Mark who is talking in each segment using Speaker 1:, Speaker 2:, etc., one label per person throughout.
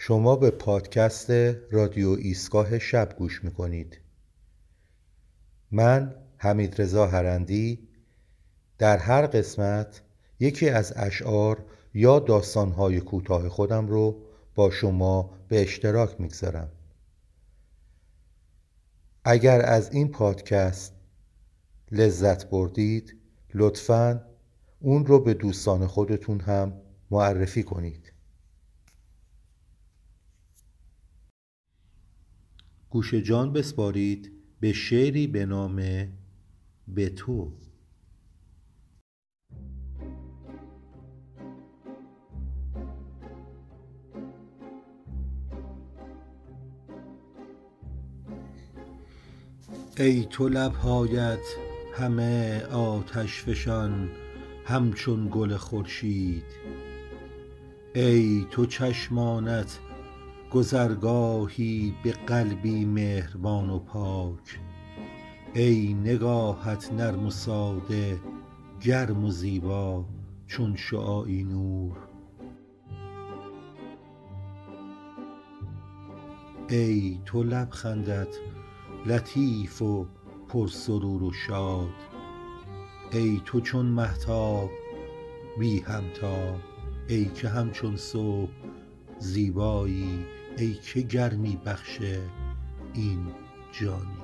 Speaker 1: شما به پادکست رادیو ایستگاه شب گوش میکنید. من حمیدرضا هرندی در هر قسمت یکی از اشعار یا داستانهای کوتاه خودم رو با شما به اشتراک میگذارم. اگر از این پادکست لذت بردید لطفاً اون رو به دوستان خودتون هم معرفی کنید. گوش جان بسپارید به شعری به نام به تو. ای تو لبهایت همه آتش فشان همچون گل خورشید، ای تو چشمانت گذرگاهی به قلبی مهربان و پاک، ای نگاهت نرم و ساده گرم و زیبا چون شعاعی نور، ای تو لبخندت لطیف و پرسرور و شاد، ای تو چون مهتاب بی همتا، ای که همچون صبح زیبایی، ای که گرمی بخش این جانی.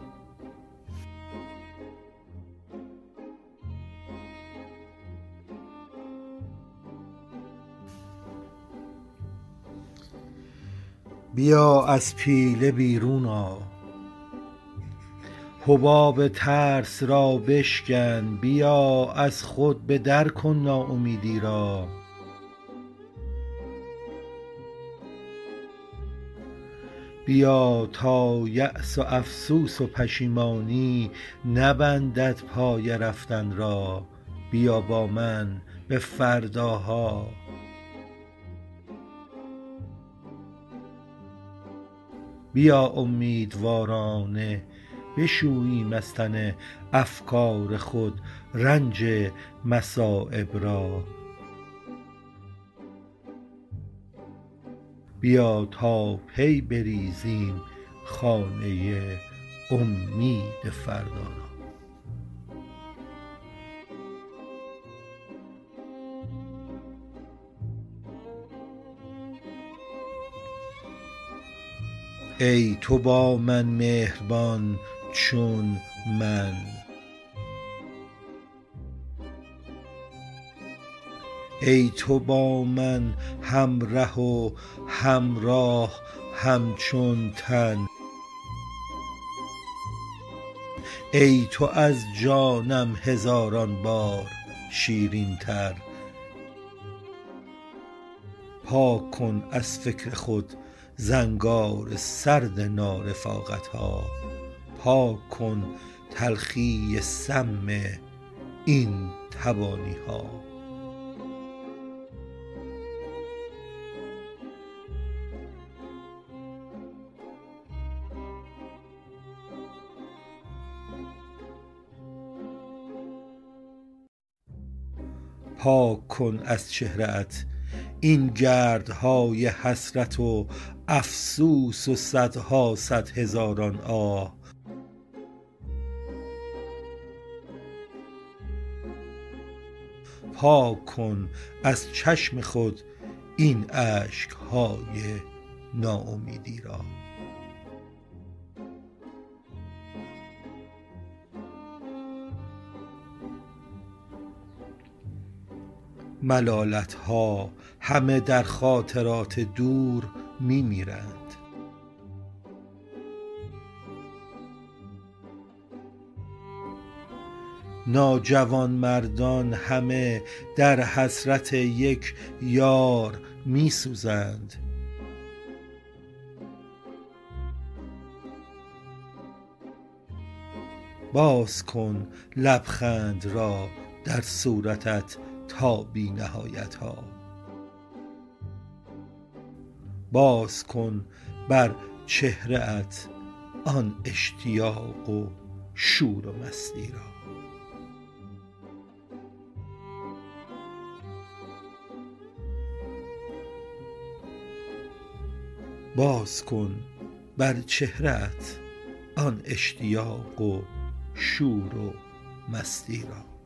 Speaker 1: بیا از پیله بیرون آ، حباب ترس را بشکن، بیا از خود به در کن ناامیدی را، بیا تا یأس و افسوس و پشیمانی نبندد پای رفتن را، بیا با من به فرداها، بیا امیدوارانه بشوییم از تن افکار خود رنج مصایب را، بیا تا پی بریزیم خانه امید فردا را. ای تو با من مهربان چون من، ای تو با من همره و همراه همچون تن، ای تو از جانم هزاران بار شیرین تر، پاک کن از فکر خود زنگار سرد نارفاقت ها، پاک کن تلخی سم این تبانی ها. پاک کن از چهره‌ات این گردهای حسرت و افسوس و صدها صد هزاران آه، پاک کن از چشم خود این اشکهای ناامیدی را. ملالت ها همه در خاطرات دور می میرند، ناجوانمردان همه در حسرت یک یار می سوزند، باز کن لبخند را در صورتت تا بی نهایت ها، باز کن بر چهره ات آن اشتیاق و شور و مستی را. باز کن بر چهره‌ات آن اشتیاق و شور و مستی را.